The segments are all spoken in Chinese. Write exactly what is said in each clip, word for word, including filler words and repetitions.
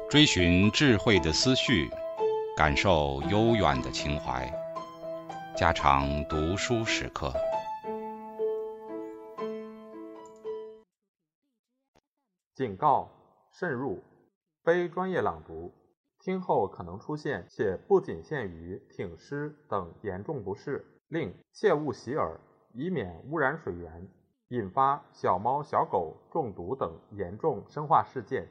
追寻智慧的思绪，感受悠远的情怀。家常读书时刻。 警告：慎入，非专业朗读，听后可能出现且不仅限于挺尸等严重不适，另切勿洗耳，以免污染水源，引发小猫小狗中毒等严重生化事件。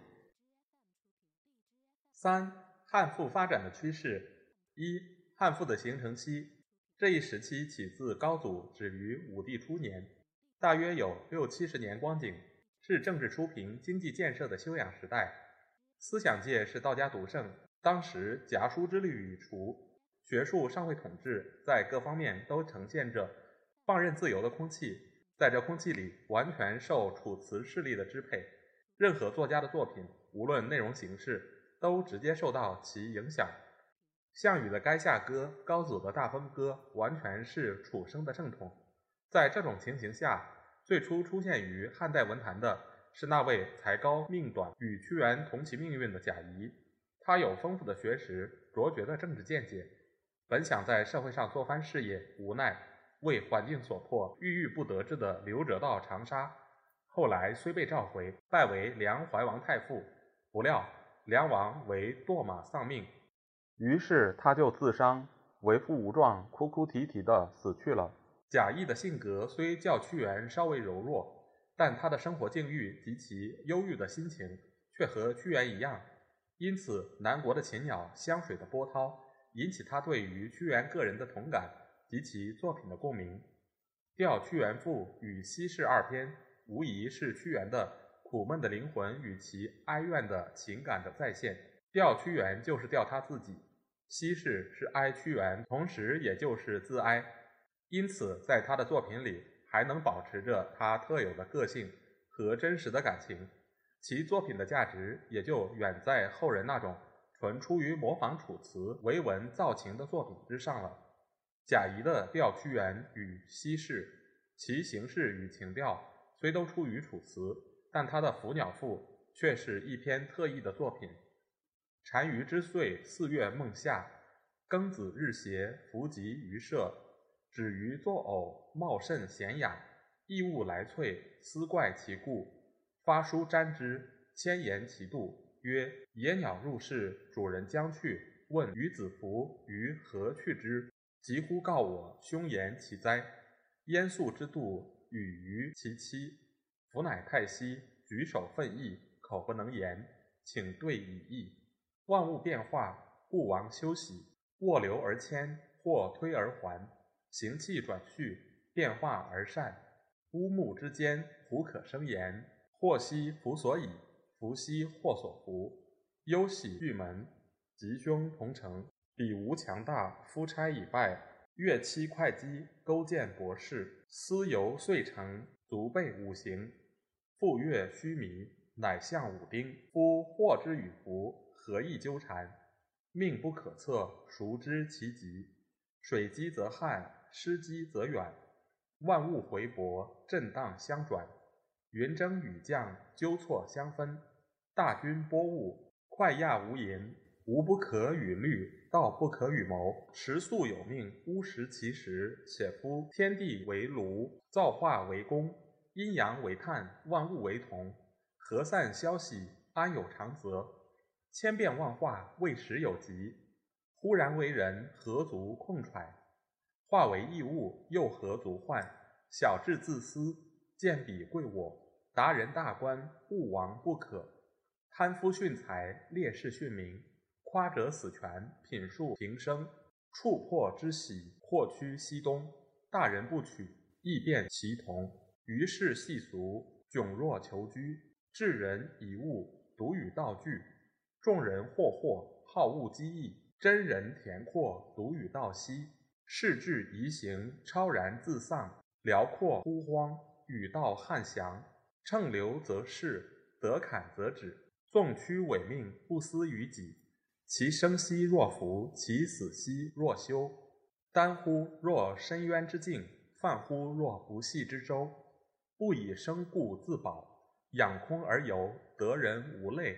三、汉赋发展的趋势。一、汉赋的形成期。这一时期起自高祖，止于武帝初年，大约有六七十年光景，是政治初平、经济建设的修养时代。思想界是道家独盛，当时夹书之律已除，学术尚未统治，在各方面都呈现着放任自由的空气。在这空气里，完全受楚辞势力的支配，任何作家的作品，无论内容形式，都直接受到其影响。项羽的《垓下歌》，高祖的《大风歌》，完全是楚生的正统。在这种情形下，最初出现于汉代文坛的是那位才高命短、与屈原同其命运的贾谊。他有丰富的学识、卓绝的政治见解，本想在社会上做番事业，无奈为环境所迫，郁郁不得志地流折到长沙。后来虽被召回，拜为梁怀王太傅，不料梁王为堕马丧命，于是他就自伤，为父无状，哭哭啼啼地死去了。贾谊的性格虽较屈原稍微柔弱，但他的生活境遇及其忧郁的心情却和屈原一样，因此南国的禽鸟、湘水的波涛引起他对于屈原个人的同感及其作品的共鸣。《吊屈原赋》与《西市》二篇无疑是屈原的苦闷的灵魂与其哀怨的情感的再现。吊屈原就是吊他自己，西市是哀屈原，同时也就是自哀。因此在他的作品里还能保持着他特有的个性和真实的感情，其作品的价值也就远在后人那种纯出于模仿楚辞为文造情的作品之上了。贾谊的《吊屈原》与《西市》，其形式与情调虽都出于楚辞，但他的《伏鸟赋》却是一篇特异的作品。单于之岁，四月孟夏，庚子日斜，伏吉于社，止于作偶，茂甚闲雅，异物来萃，思怪其故，发书瞻之，千言其度，曰：野鸟入室，主人将去，问于子服于何去之？急呼告我，凶言其哉？燕宿之度，语于其妻。夫乃太息，举手愤意，口不能言，请对以义。万物变化，故王休息，卧流而迁，或推而还，行气转序，变化而善。乌木之间，胡可生言？或兮弗所以，弗兮或所弗。忧喜巨门，吉凶同城。彼无强大，夫差已败。乐期会稽，勾践博士。思游遂成，足备五行。复月须弥，乃象五丁。夫祸之与福，何以纠缠？命不可测，孰知其极？水积则旱，湿积则远。万物回搏，震荡相转。云蒸雨降，纠错相分。大军波物，快亚无垠。无不可与虑，道不可与谋。时速有命，乌识其时。且夫天地为炉，造化为工，阴阳为炭，万物为同。何散消息，安有常则？千变万化，未时有极。忽然为人，何足控揣？化为异物，又何足患？小智自私，见彼贵我。达人大官，勿忘不可。贪夫殉财，烈士殉民。夸者死权，品数平生。触破之喜，或趋西东。大人不取，亦变其同。于是细俗，迥若求居。治人以物，独与道具。众人惑惑，好恶机异。真人恬阔，独与道息。事至宜行，超然自丧。辽阔忽荒，与道汉降。乘流则逝，得坎则止。纵驱违命，不思于己。其生兮若浮，其死兮若休。丹乎若深渊之境，泛乎若不系之舟。不以生故自保，养空而游，得人无类。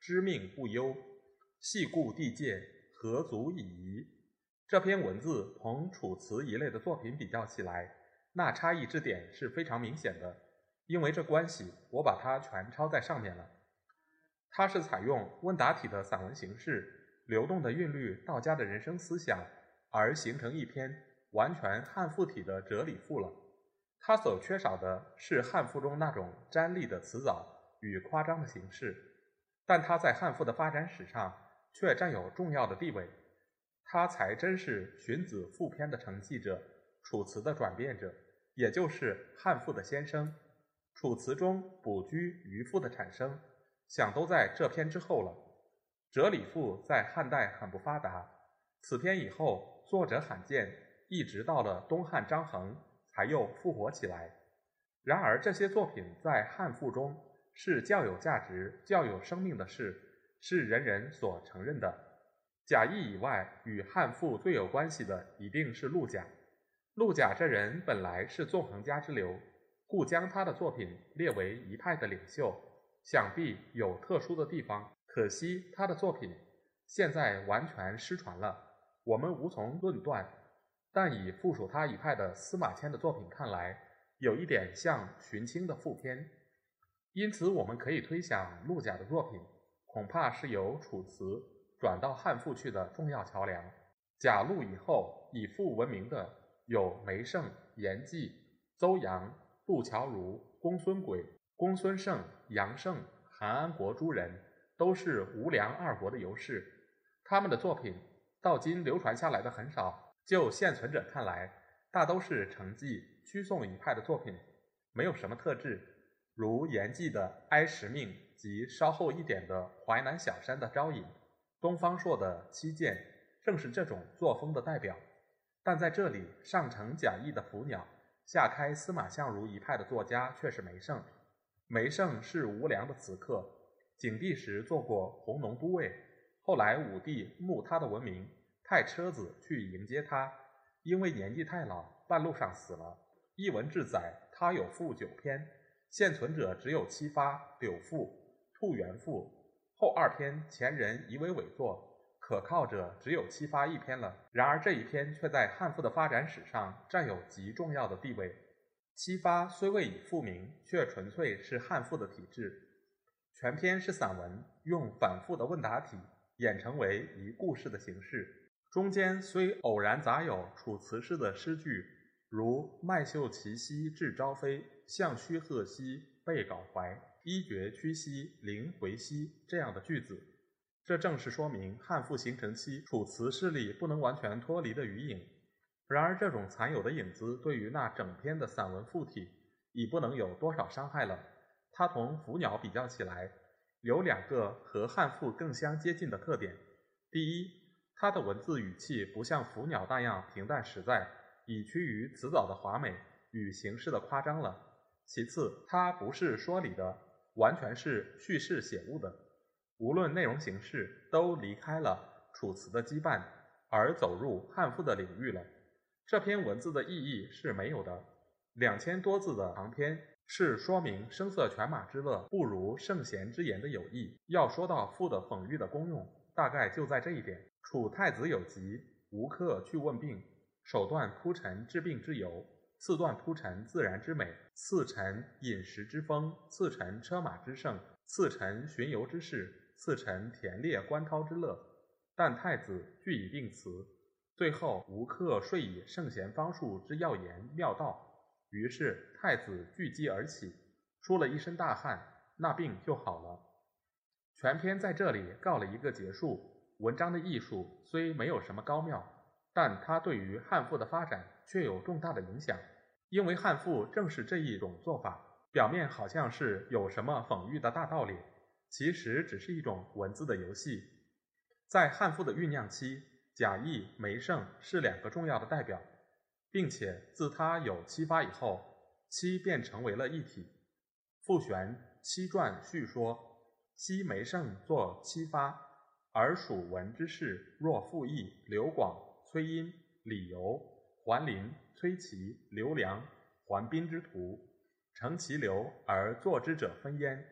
知命不忧，细故地界，何足以疑。这篇文字同楚辞一类的作品比较起来，那差异之点是非常明显的。因为这关系，我把它全抄在上面了。它是采用问答体的散文形式，流动的韵律，道家的人生思想，而形成一篇完全汉赋体的哲理赋了。它所缺少的是汉赋中那种瞻立的辞藻与夸张的形式，但它在汉赋的发展史上却占有重要的地位。它才真是荀子赋篇的承继者，楚辞的转变者，也就是汉赋的先声。楚辞中卜居、渔赋的产生，想都在这篇之后了。哲理赋在汉代很不发达，此篇以后作者罕见，一直到了东汉张衡才又复活起来。然而这些作品在汉赋中是较有价值、较有生命的事，是人人所承认的。贾谊以外，与汉赋最有关系的一定是陆贾。陆贾这人本来是纵横家之流，故将他的作品列为一派的领袖，想必有特殊的地方。可惜他的作品现在完全失传了，我们无从论断。但以附属他一派的司马迁的作品看来，有一点像荀卿的赋篇，因此我们可以推想陆贾的作品恐怕是由楚辞转到汉赋去的重要桥梁。贾陆以后以赋闻名的有梅圣、严季、邹阳、杜桥如、公孙轨、公孙胜、杨胜、韩安国诸人，都是吴梁二国的游士。他们的作品到今流传下来的很少，就现存者看来，大都是承继屈宋一派的作品，没有什么特质，如严季的《哀时命》及稍后一点的《淮南小山的招引》，东方朔的《七剑》正是这种作风的代表。但在这里，上承贾谊的《伏鸟》，下开司马相如一派的作家却是梅圣。梅圣是吴梁的词客，景帝时做过弘农都尉，后来武帝慕他的文名，派车子去迎接他，因为年纪太老，半路上死了。一文志载他有赋九篇，现存者只有七发：柳赋、兔园赋，后二篇前人疑为伪作，可靠者只有七发一篇了。然而这一篇却在汉赋的发展史上占有极重要的地位。七发虽未以赋名，却纯粹是汉赋的体制。全篇是散文，用反复的问答体演成为一故事的形式，中间虽偶然杂有楚辞式的诗句，如麦秀其兮至朝飞，向虚鹤兮背稿怀，衣绝屈兮灵回兮这样的句子。这正是说明汉赋形成期楚辞势力不能完全脱离的余影。然而这种残有的影子对于那整篇的散文赋体已不能有多少伤害了。它同《伏鸟》比较起来，有两个和汉赋更相接近的特点。第一，它的文字语气不像《伏鸟》那样平淡实在，已趋于辞藻的华美与形式的夸张了。其次，它不是说理的，完全是叙事写物的，无论内容形式都离开了楚辞的羁绊，而走入汉赋的领域了。这篇文字的意义是没有的，两千多字的长篇是说明声色犬马之乐不如圣贤之言的有意。要说到赋的讽喻的功用，大概就在这一点。楚太子有疾，吴客去问病，首段铺陈治病之由，次段铺陈自然之美，次陈饮食之风，次陈车马之盛，次陈巡游之事，次陈田猎观涛之乐。但太子据以定词，最后吴客遂以圣贤方术之要言妙道，于是太子聚机而起，出了一身大汗，那病就好了。全篇在这里告了一个结束。文章的艺术虽没有什么高妙，但它对于汉赋的发展却有重大的影响。因为汉赋正是这一种做法，表面好像是有什么讽喻的大道理，其实只是一种文字的游戏。在汉赋的酝酿期，贾谊、梅圣是两个重要的代表，并且自他有七发以后，七便成为了一体。傅玄七传叙说，昔梅圣作七发，而属文之士若傅毅、刘广、崔因、李由、桓林、崔琦、刘梁、桓彬之徒，成其流而作之者分焉。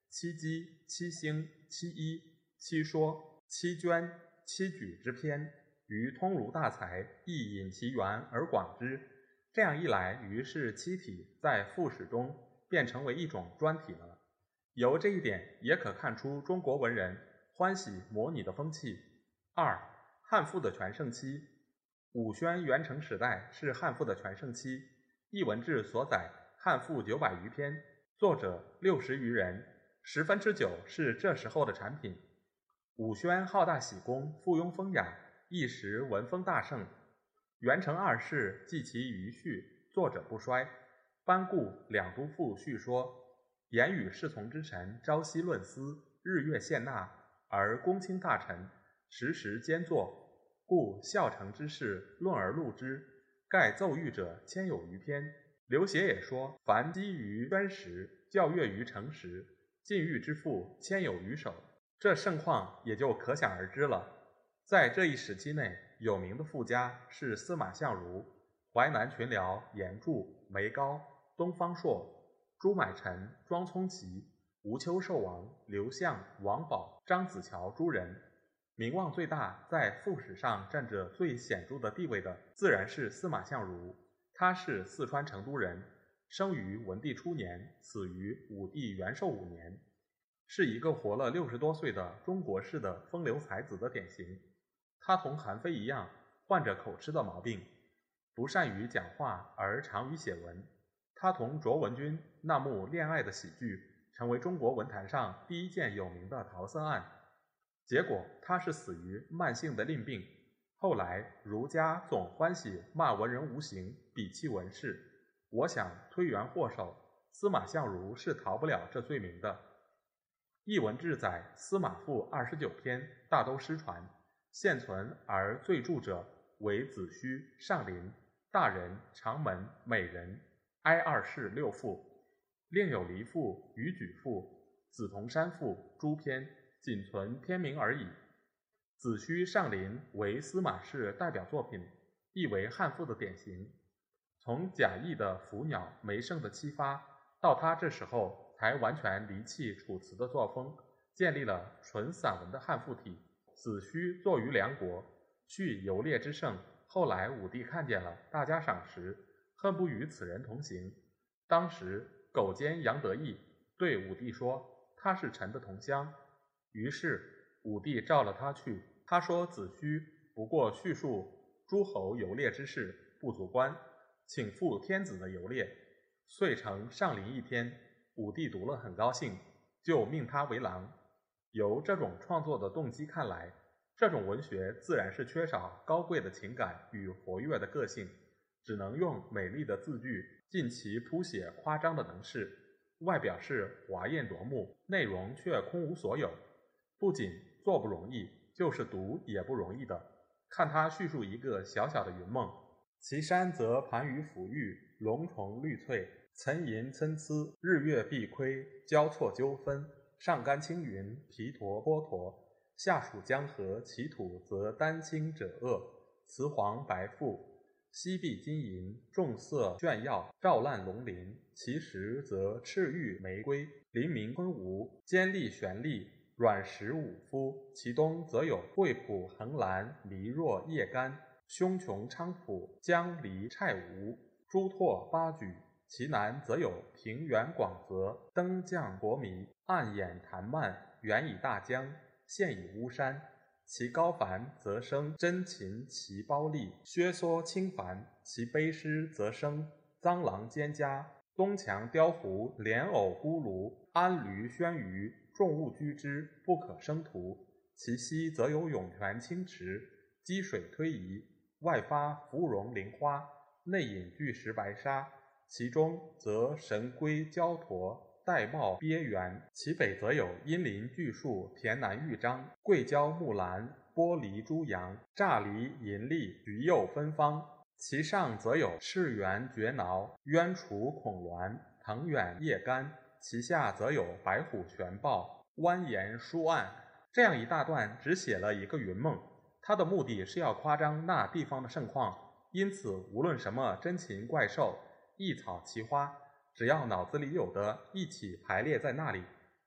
七机、七星、七一、七说、七捐、七举之篇，于通儒大才，亦引其源而广之。这样一来，于是七体在赋史中便成为一种专体了。由这一点也可看出中国文人欢喜模拟的风气。二、汉赋的全盛期。武宣元成时代是汉赋的全盛期，艺文志所载汉赋九百余篇，作者六十余人，十分之九是这时候的产品。武宣好大喜功，附庸风雅，一时文风大盛。元成二世记其余序，作者不衰，班固《两都赋》叙说：言语侍从之臣，朝夕论思，日月献纳，而公卿大臣时时兼作，故孝成之事，论而录之，盖奏谕者千有余篇。刘勰也说：凡基于宣时，校阅于成时，禁欲之赋千有余首。这盛况也就可想而知了。在这一时期内，有名的赋家是司马相如、淮南群僚严注、梅高、东方朔、朱买臣、庄聪奇、吴秋寿王、刘向、王宝、张子乔诸人。名望最大，在赋史上占着最显著的地位的，自然是司马相如。他是四川成都人，生于文帝初年，死于武帝元寿五年，是一个活了六十多岁的中国式的风流才子的典型。他同韩非一样，患着口吃的毛病，不善于讲话而长于写文。他同卓文君那幕恋爱的喜剧，成为中国文坛上第一件有名的桃色案。结果他是死于慢性的淋病。后来儒家总欢喜骂文人无形，鄙弃文士。我想推源祸首，司马相如是逃不了这罪名的。艺文志载司马赋二十九篇，大都失传，现存而最著者为子虚、上林、大人、长门、美人、哀二世六赋，另有离赋、虞举赋、梓潼山赋诸篇，仅存篇名而已。子虚、上林为司马氏代表作品，亦为汉赋的典型。从贾谊的《伏鸟》梅圣的启发，到他这时候才完全离弃楚辞的作风，建立了纯散文的汉赋体。子虚作于梁国，叙游猎之盛，后来武帝看见了，大加赏识，恨不与此人同行。当时苟监杨得意对武帝说，他是臣的同乡。于是武帝召了他去，他说子虚不过叙述诸侯游猎之事，不足观，请赴天子的游猎，遂成上林一篇。武帝读了很高兴，就命他为郎。由这种创作的动机看来，这种文学自然是缺少高贵的情感与活跃的个性，只能用美丽的字句尽其凸显夸张的能事，外表是华艳夺目，内容却空无所有。不仅做不容易，就是读也不容易的。看他叙述一个小小的云梦，其山则盘于浮玉，龙虫绿翠，层银参差，日月碧亏，交错纠纷，上干青云，皮驼波驼，下属江河，其土则丹青者恶，雌黄白覆，西壁金银，重色炫耀，照烂龙鳞，其实则赤玉玫瑰，林明昆吾，尖利玄丽，软实五肤，其东则有惠浦横兰，弥若叶干，胸琼菖蒲，江离蔡吴，朱拓八举，其南则有平原广泽，登降伯弥，暗掩潭漫，远以大江，现以巫山，其高繁则生真禽其褒丽，削缩轻繁，其卑湿则生臧螂蒹葭，东墙雕狐，莲藕孤庐，安驴轩鱼，众物居之，不可生图。其西则有涌泉清池，积水推移，外发芙蓉菱花，内隐巨石白沙，其中则神龟蛟驼，玳瑁鳖猿，其北则有阴林巨树，田南玉章，桂椒木兰，玻璃朱杨，乍梨银栗，橘柚芬芳，其上则有赤猿绝挠，鸢雏孔鸾，藤远叶干，其下则有白虎玄豹，蜿蜒疏岸。这样一大段只写了一个云梦，他的目的是要夸张那地方的盛况，因此无论什么珍禽怪兽、异草奇花，只要脑子里有的一起排列在那里，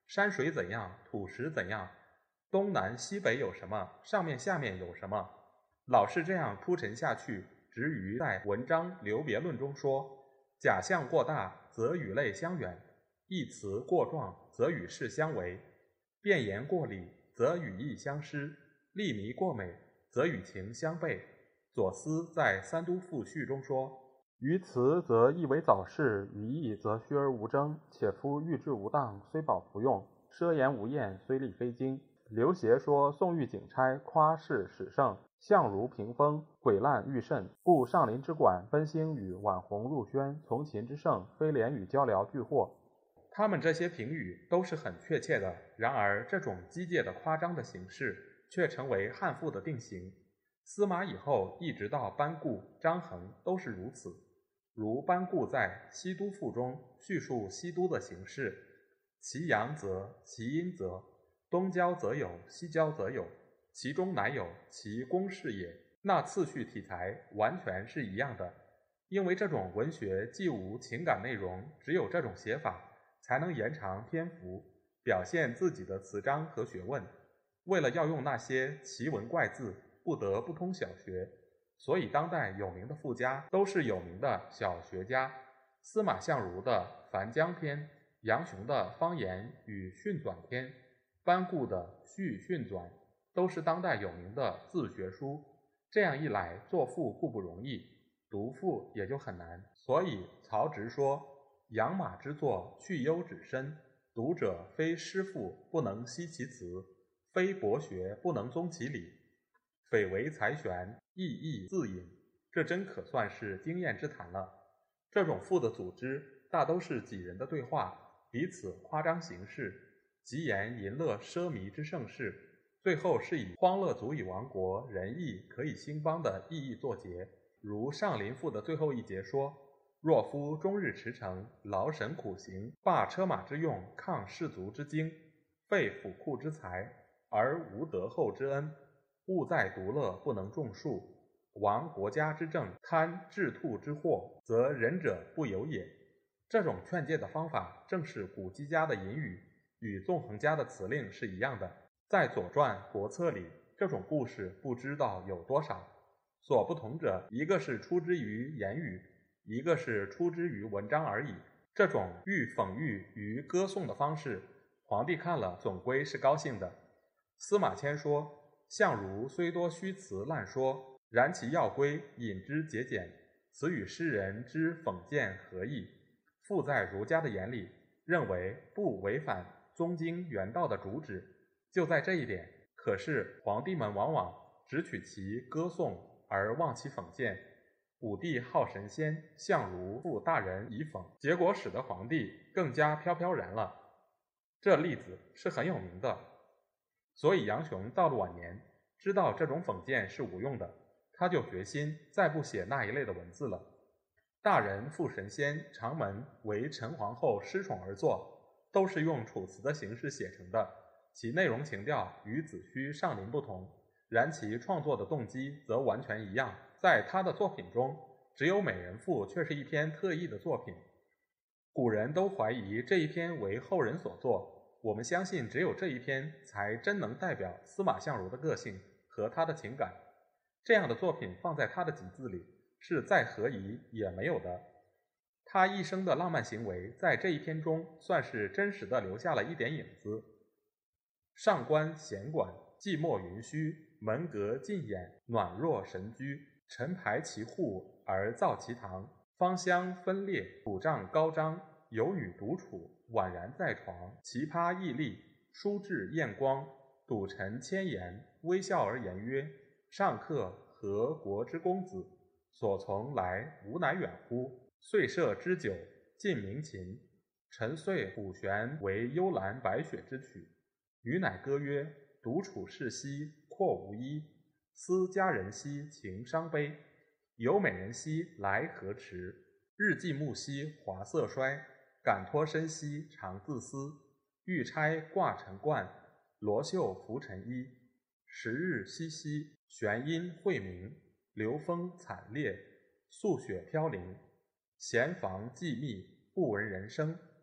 山水怎样，土石怎样，东南西北有什么，上面下面有什么，老是这样铺陈下去，至于在文章留别论中说，假象过大，则与类相远；意词过壮，则与事相违；辩言过理，则与义相失；立迷过美，则与情相悖。左思在《三都赋序》中说：“于辞则意为早逝，于义则虚而无争。且夫欲志无当，虽保不用；奢言无厌，虽立非经。”刘勰说宋玉景差夸饰始盛，相如屏风，诡烂愈甚，故上林之馆分兴与晚鸿入轩，从秦之盛，非廉与交辽俱获。他们这些评语都是很确切的，然而这种机械的夸张的形式却成为汉赋的定型。司马以后一直到班固、张衡都是如此。如班固在《西都赋》中叙述西都的形式：其阳则，其阴则，东郊则有，西郊则有，其中乃有，其公事也。那次序体裁完全是一样的，因为这种文学既无情感内容，只有这种写法才能延长篇幅，表现自己的词章和学问。为了要用那些奇文怪字，不得不通小学，所以当代有名的赋家都是有名的小学家。司马相如的《樊江篇》，杨雄的《方言与训纂篇》，班固的《续训纂》，都是当代有名的自学书。这样一来，作赋固不容易，读赋也就很难。所以曹植说：“养马之作，去忧止深。读者非诗赋，不能析其辞；非博学，不能宗其理。匪为才玄，意义自隐。”这真可算是经验之谈了。这种赋的组织大都是几人的对话，彼此夸张形式，极言淫乐奢靡之盛世，最后是以欢乐足以亡国，仁义可以兴邦的意义作结。如《上林赋》的最后一节说：“若夫终日驰骋，劳神苦行，罢车马之用，抗士卒之精，废府库之财，而无德厚之恩，物在独乐，不能种树，亡国家之政，贪治兔之祸，则仁者不有也。”这种劝诫的方法正是古籍家的隐语，与纵横家的辞令是一样的。在《左传》《国策》里，这种故事不知道有多少。所不同者，一个是出之于言语，一个是出之于文章而已。这种寓讽喻与歌颂的方式，皇帝看了总归是高兴的。司马迁说：“相如虽多虚辞滥说，然其要归，引之节俭，此与诗人之讽谏何异？”赋在儒家的眼里，认为不违反宗经原道的主旨，就在这一点。可是皇帝们往往只取其歌颂，而忘其讽谏。武帝好神仙，相如负大人以讽，结果使得皇帝更加飘飘然了。这例子是很有名的。所以杨雄到了晚年，知道这种讽谏是无用的，他就决心再不写那一类的文字了。大人负神仙，长门为陈皇后失宠而作，都是用楚辞的形式写成的，其内容情调与子虚上林不同，然其创作的动机则完全一样。在他的作品中，只有美人赋却是一篇特异的作品。古人都怀疑这一篇为后人所作，我们相信只有这一篇才真能代表司马相如的个性和他的情感。这样的作品放在他的集字里，是再合宜也没有的。他一生的浪漫行为在这一篇中算是真实的留下了一点影子。上官闲馆，寂寞云虚，门阁尽掩，暖若神居。陈排其户而造其堂，芳香分列，土帐高张。有女独处，宛然在床，奇葩异丽，舒质艳光。睹臣千言，微笑而言曰：“上客何国之公子？所从来吾乃远乎？岁设之酒，尽鸣琴。臣遂抚弦为幽兰白雪之曲。”女乃歌曰：“独处室兮阔无依，思佳人兮情伤悲。有美人兮来何迟？日既暮兮华色衰。感托身兮常自思。玉钗挂尘冠，罗袖拂尘衣。时日夕夕，玄阴晦明。流风惨烈，素雪飘零。闲房寂谧，不闻人声。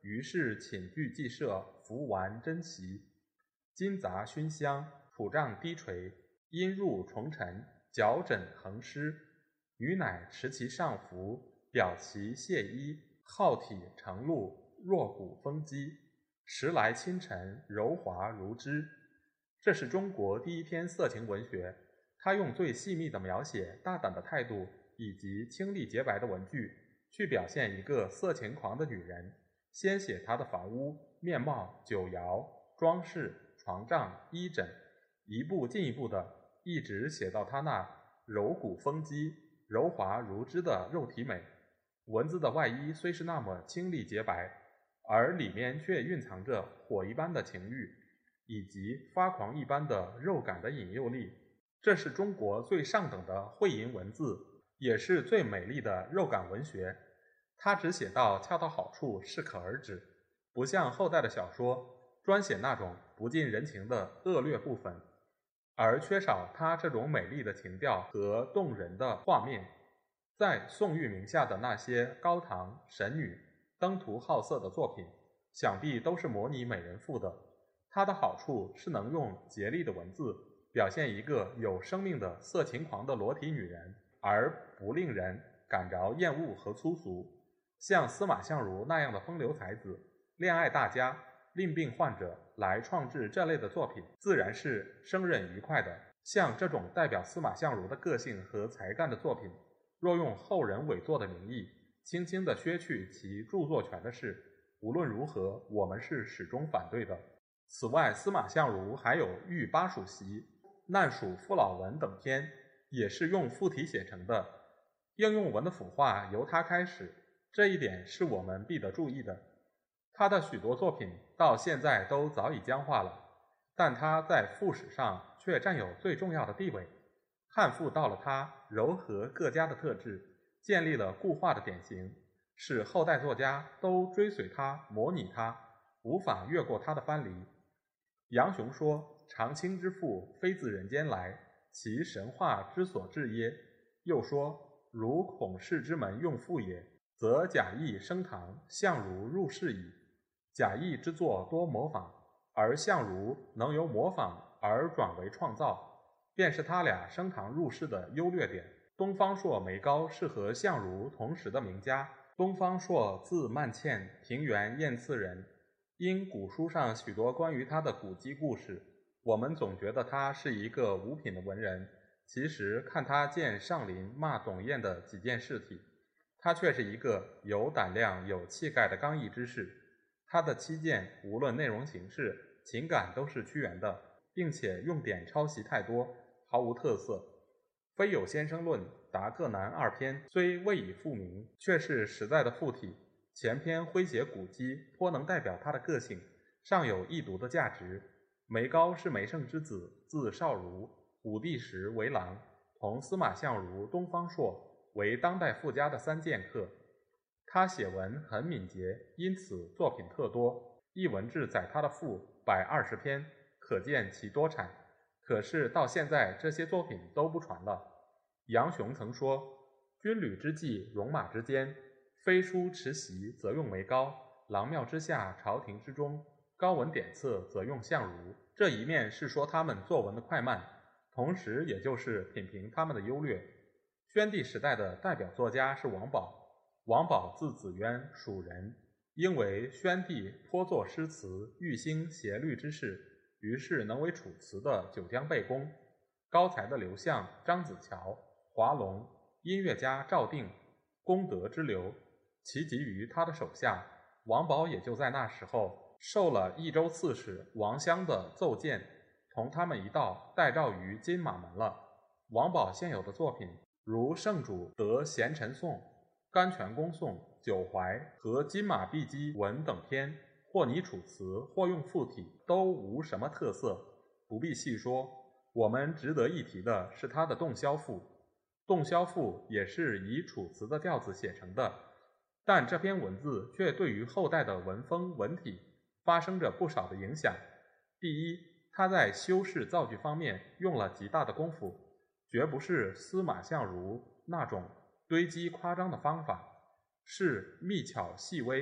于是寝具既设，服完珍奇，金杂熏香，土帐低垂，阴入重尘，脚枕横湿。余乃持其上服，表其亵衣，浩体承露，若骨风肌，时来清晨，柔滑如织。这是中国第一篇色情文学，他用最细密的描写、大胆的态度以及清丽洁白的文句，去表现一个色情狂的女人，先写她的房屋、面貌、酒肴、装饰、床帐、衣枕，一步进一步的，一直写到她那柔骨风肌、柔滑如织的肉体美。文字的外衣虽是那么清丽洁白，而里面却蕴藏着火一般的情欲，以及发狂一般的肉感的引诱力。这是中国最上等的荟吟文字，也是最美丽的肉感文学。它只写到恰到好处，适可而止，不像后代的小说专写那种不近人情的恶劣部分，而缺少它这种美丽的情调和动人的画面。在宋玉名下的那些高堂、神女、登徒好色的作品，想必都是模拟美人妇的。它的好处是能用竭力的文字表现一个有生命的色情狂的裸体女人，而不令人感着厌恶和粗俗。像司马相如那样的风流才子、恋爱大家、令病患者来创制这类的作品，自然是生任愉快的。像这种代表司马相如的个性和才干的作品，若用后人伪作的名义轻轻地削去其著作权的事，无论如何我们是始终反对的。此外，司马相如还有《御巴蜀习》《难蜀父老文》等篇，也是用附体写成的。应用文的腐化由他开始，这一点是我们必得注意的。他的许多作品到现在都早已僵化了，但他在赋史上却占有最重要的地位。汉赋到了他糅合各家的特质，建立了固化的典型，使后代作家都追随他、模拟他，无法越过他的藩篱。杨雄说：“长卿之赋，非自人间来，其神话之所至耶？”又说：“如孔氏之门用赋也，则贾谊升堂，相如入室矣。贾谊之作多模仿，而相如能由模仿而转为创造，便是他俩升堂入室的优劣点。东方朔、梅高是和相如同时的名家。东方朔字曼倩，平原燕次人。因古书上许多关于他的古籍故事，我们总觉得他是一个五品的文人。其实看他见上林骂董燕的几件事体，他却是一个有胆量、有气概的刚毅之士。他的七谏无论内容形式、情感都是屈原的，并且用典抄袭太多，毫无特色。非有先生论、达克南二篇虽未以复名，却是实在的附体。前篇诙谐古迹，颇能代表他的个性，尚有易读的价值。梅高是梅圣之子，字少儒，武帝时为郎，同司马相如、东方朔为当代富家的三剑客。他写文很敏捷，因此作品特多。一文志载他的赋百二十篇，可见其多产。可是到现在，这些作品都不传了。杨雄曾说：“军旅之际，戎马之间，飞书持袭，则用梅高；郎庙之下，朝廷之中，高文典册，则用相如。”这一面是说他们作文的快慢，同时也就是品评他们的优劣。宣帝时代的代表作家是王宝。王宝字子渊，蜀人，因为宣帝颇作诗词，欲兴协律之事，于是能为楚辞的九江备公。高才的刘向、张子乔、华龙，音乐家赵定，功德之流，齐集于他的手下。王宝也就在那时候受了益州刺史王襄的奏荐，同他们一道代诏于金马门了。王宝现有的作品，如《圣主得贤臣颂》、《甘泉公颂》、《九怀》和《金马碧鸡文》等篇，或拟楚辞，或用附体，都无什么特色，不必细说。我们值得一提的是他的《洞箫赋》。《洞箫赋》也是以楚辞的调子写成的，但这篇文字却对于后代的文风文体发生着不少的影响。第一，他在修饰造句方面用了极大的功夫，绝不是司马相如那种堆积夸张的方法，是密巧细微，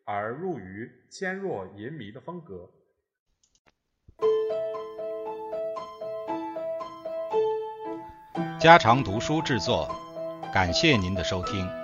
而入于纤弱淫靡的风格。 家常读书制作，感谢您的收听。